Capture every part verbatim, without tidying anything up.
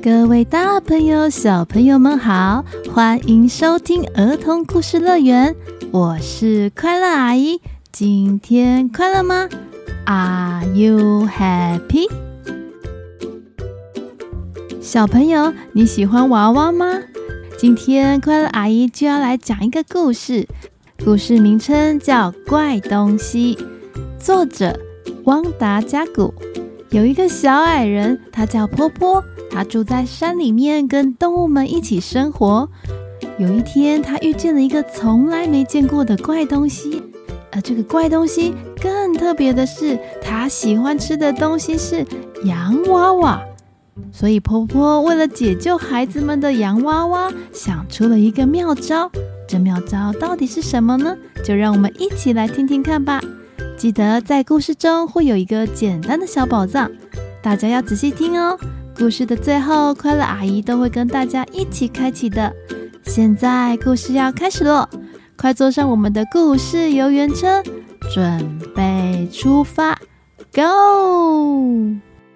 各位大朋友小朋友们好，欢迎收听儿童故事乐园，我是快乐阿姨。今天快乐吗？ Are you happy？ 小朋友，你喜欢娃娃吗？今天快乐阿姨就要来讲一个故事，故事名称叫《怪东西》，作者汪达加古。有一个小矮人，他叫波波，他住在山里面，跟动物们一起生活。有一天，他遇见了一个从来没见过的怪东西，而这个怪东西更特别的是，他喜欢吃的东西是洋娃娃。所以波波为了解救孩子们的洋娃娃，想出了一个妙招。这妙招到底是什么呢？就让我们一起来听听看吧。记得在故事中会有一个简单的小宝藏，大家要仔细听哦。故事的最后，快乐阿姨都会跟大家一起开启的。现在故事要开始咯，快坐上我们的故事游园车，准备出发 Go！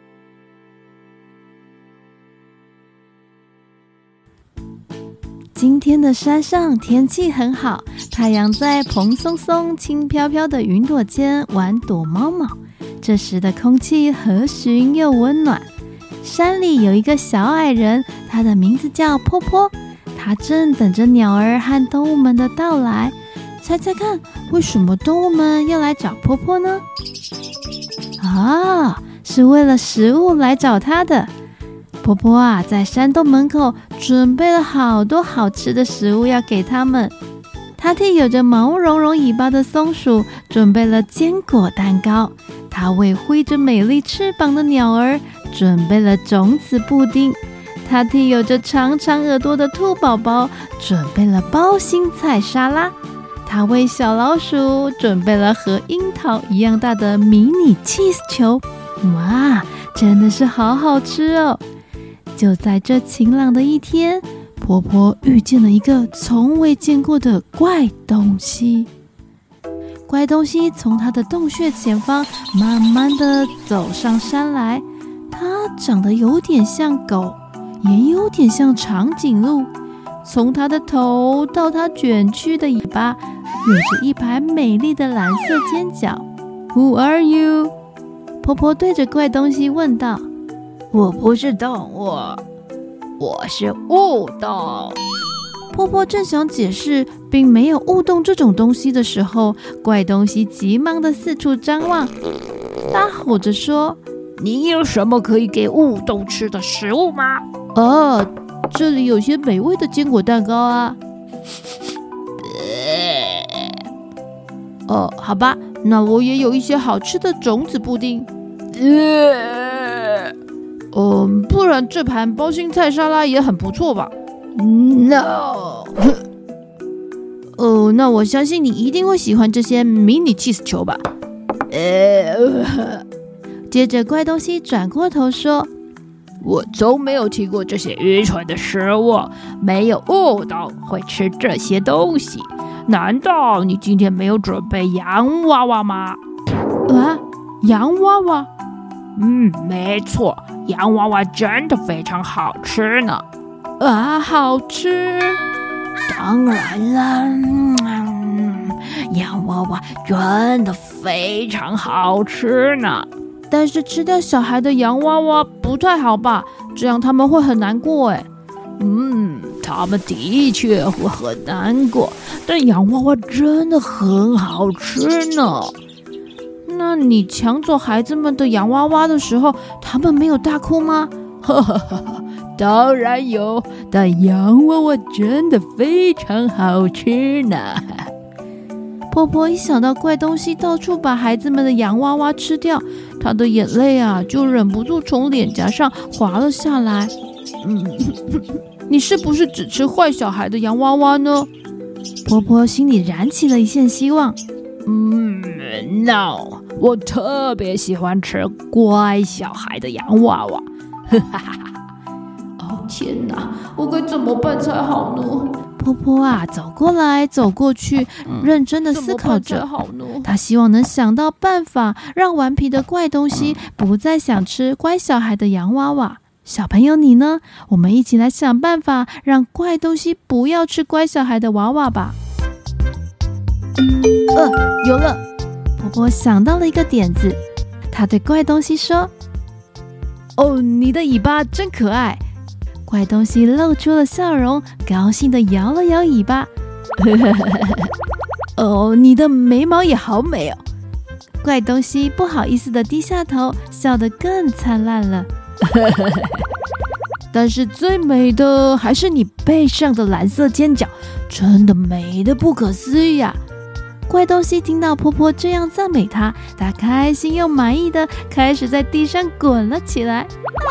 今天的山上天气很好，太阳在蓬松松轻飘飘的云朵间玩躲猫猫。这时的空气和煦又温暖。山里有一个小矮人，他的名字叫波波，他正等着鸟儿和动物们的到来。猜猜看，为什么动物们要来找波波呢？啊，是为了食物来找他的。波波啊，在山洞门口准备了好多好吃的食物要给他们。他替有着毛茸茸尾巴的松鼠准备了坚果蛋糕，他为挥着美丽翅膀的鸟儿准备了种子布丁，他替有着长长耳朵的兔宝宝准备了包心菜沙拉，他为小老鼠准备了和樱桃一样大的迷你 cheese 球。哇，真的是好好吃哦！就在这晴朗的一天，波波遇见了一个从未见过的怪东西。怪东西从他的洞穴前方慢慢地走上山来，它长得有点像狗，也有点像长颈鹿。从它的头到它卷曲的尾巴，有着一排美丽的蓝色尖角。Who are you？ 波波对着怪东西问道。 我不是动物，我是物动。 波波正想解释并没有物动这种东西的时候，怪东西急忙地四处张望，大吼着说： 你有什么可以给物动吃的食物吗？ 哦，这里有些美味的坚果蛋糕啊。哦，好吧，那我也有一些好吃的种子布丁。呃嗯，不然这盘包心菜沙拉也很不错吧 ？No。哦，那我相信你一定会喜欢这些迷你 cheese 球吧？呃，接着怪东西转过头说：“ 我从没有听过这些愚蠢的食物，没有物动会吃这些东西。难道你今天没有准备洋娃娃吗？” 啊，洋娃娃？ 嗯，没错。洋娃娃真的非常好吃呢！ 啊，好吃！ 当然啦、嗯，洋娃娃真的非常好吃呢。 但是吃掉小孩的洋娃娃不太好吧？这样他们会很难过哎。 嗯，他们的确会很难过，但洋娃娃真的很好吃呢。 那你抢走孩子们的洋娃娃的时候，他们没有大哭吗？ 哈哈哈哈，当然有，但洋娃娃真的非常好吃呢。 波波一想到怪东西到处把孩子们的洋娃娃吃掉，他的眼泪啊就忍不住从脸颊上滑了下来。嗯，你是不是只吃坏小孩的洋娃娃呢？波波心里燃起了一线希望。 嗯 ，no， 我特别喜欢吃乖小孩的洋娃娃。哈哈哈哈！ 哦天哪，我该怎么办才好呢？波波啊，走过来走过去，嗯、认真的思考着。好呢？他希望能想到办法，让顽皮的怪东西不再想吃乖小孩的洋娃娃。 小朋友你呢？我们一起来想办法让怪东西不要吃乖小孩的娃娃吧。呃，有了！婆婆想到了一个点子，她对怪东西说：哦，你的尾巴真可爱。怪东西露出了笑容，高兴地摇了摇尾巴。哦，你的眉毛也好美哦。怪东西不好意思地低下头，笑得更灿烂了。但是最美的还是你背上的蓝色尖角，真的美得不可思议啊！怪东西听到婆婆这样赞美她，她开心又满意的开始在地上滚了起来。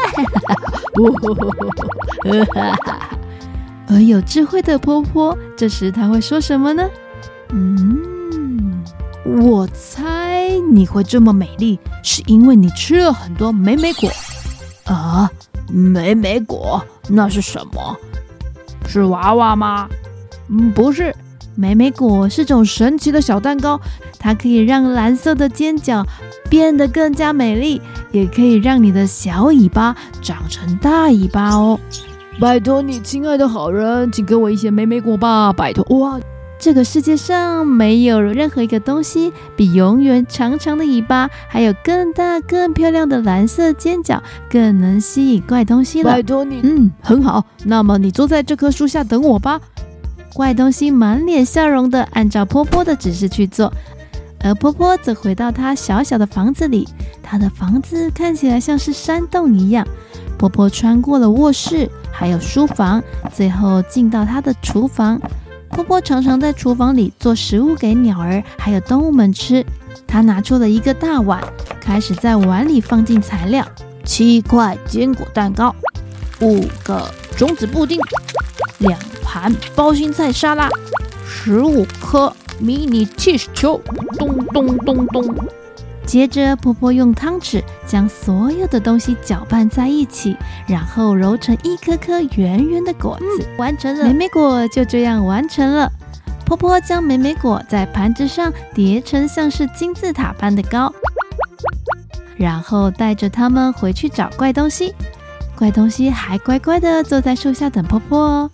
而有智慧的婆婆，这时她会说什么呢？嗯，我猜你会这么美丽，是因为你吃了很多莓莓果。啊，莓莓果那是什么？ 是娃娃吗？ 嗯，不是，莓莓果是种神奇的小蛋糕，它可以让蓝色的尖角变得更加美丽，也可以让你的小尾巴长成大尾巴哦。拜托你，亲爱的好人，请给我一些莓莓果吧，拜托！哇，这个世界上没有任何一个东西比永远长长的尾巴，还有更大更漂亮的蓝色尖角更能吸引怪东西了。拜托你，嗯，很好。那么你坐在这棵树下等我吧。怪东西满脸笑容的按照婆婆的指示去做，而婆婆则回到她小小的房子里。她的房子看起来像是山洞一样。婆婆穿过了卧室，还有书房，最后进到她的厨房。婆婆常常在厨房里做食物给鸟儿还有动物们吃。她拿出了一个大碗，开始在碗里放进材料：七块坚果蛋糕，五个种子布丁，两盘包心菜沙拉，十五颗迷你 cheese 球，咚咚咚咚。接着，婆婆用汤匙将所有的东西搅拌在一起，然后揉成一颗颗圆圆的果子，嗯、完成了。莓莓果就这样完成了。婆婆将莓莓果在盘子上叠成像是金字塔般的高，然后带着它们回去找怪东西。怪东西还乖乖的坐在树下等婆婆哦。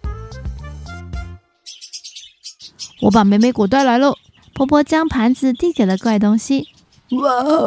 我把莓莓果带来了。婆婆将盘子递给了怪东西。Wow,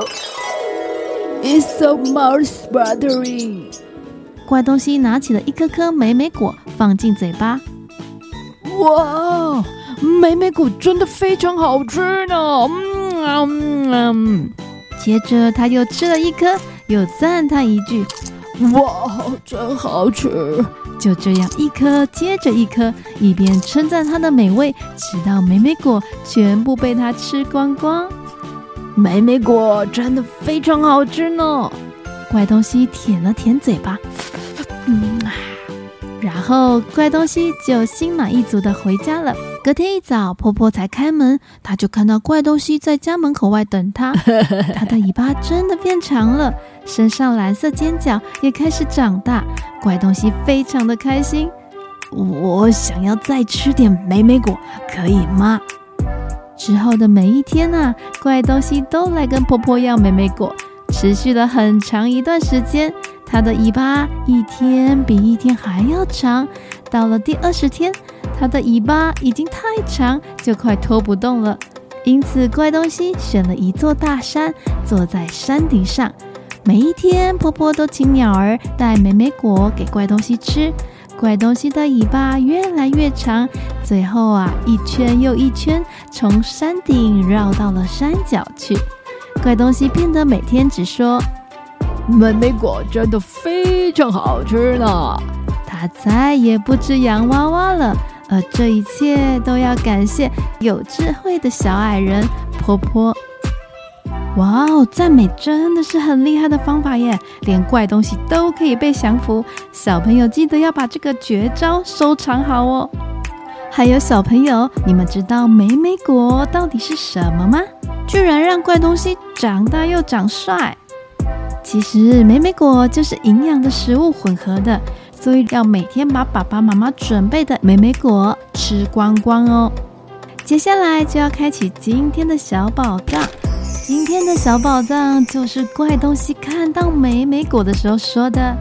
it's so mouth-watering. 怪东西拿起了一颗颗莓莓果，放进嘴巴。哇，莓莓果真的非常好吃呢！嗯嗯嗯。接着他又吃了一颗，又赞叹一句：“哇，真好吃！”就这样一颗接着一颗，一边称赞它的美味，直到莓莓果全部被它吃光光。莓莓果真的非常好吃呢！怪东西舔了舔嘴巴，嗯，然后怪东西就心满意足的回家了。隔天一早，婆婆才开门，她就看到怪东西在家门口外等她。她的尾巴真的变长了，身上蓝色尖角也开始长大。怪东西非常的开心，我想要再吃点莓莓果，可以吗？之后的每一天啊，怪东西都来跟婆婆要莓莓果，持续了很长一段时间。它的尾巴一天比一天还要长，到了第二十天，它的尾巴已经太长，就快拖不动了。因此，怪东西选了一座大山，坐在山顶上。每一天，婆婆都请鸟儿带莓莓果给怪东西吃。怪东西的尾巴越来越长，最后啊，一圈又一圈，从山顶绕到了山脚去。怪东西变得每天只说：“莓莓果真的非常好吃呢。”它再也不吃洋娃娃了，而这一切都要感谢有智慧的小矮人婆婆。哇哦，赞美真的是很厉害的方法耶，连怪东西都可以被降服。小朋友记得要把这个绝招收藏好哦。还有小朋友，你们知道莓莓果到底是什么吗？居然让怪东西长大又长帅。其实莓莓果就是营养的食物混合的，所以要每天把爸爸妈妈准备的莓莓果吃光光哦。接下来就要开启今天的小宝藏。今天的小宝藏就是怪东西看到莓莓果的时候说的：“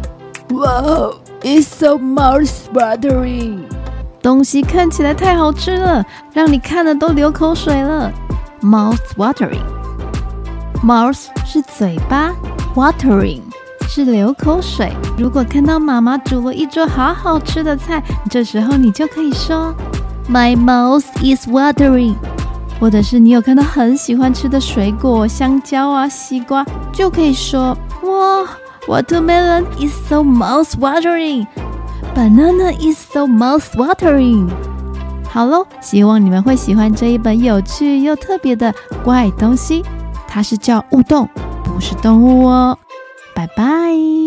Wow, it's so mouth-watering. 东西看起来太好吃了，让你看了都流口水了。Mouth-watering， Mouth 是嘴巴 ，watering 是流口水。如果看到妈妈煮了一桌好好吃的菜，这时候你就可以说 My mouth is watering。或者是你有看到很喜欢吃的水果，香蕉啊、西瓜，就可以说哇 Watermelon is so mouth-watering， Banana is so mouth-watering。 好咯，希望你们会喜欢这一本有趣又特别的怪东西，它是叫物动，不是动物哦。拜拜。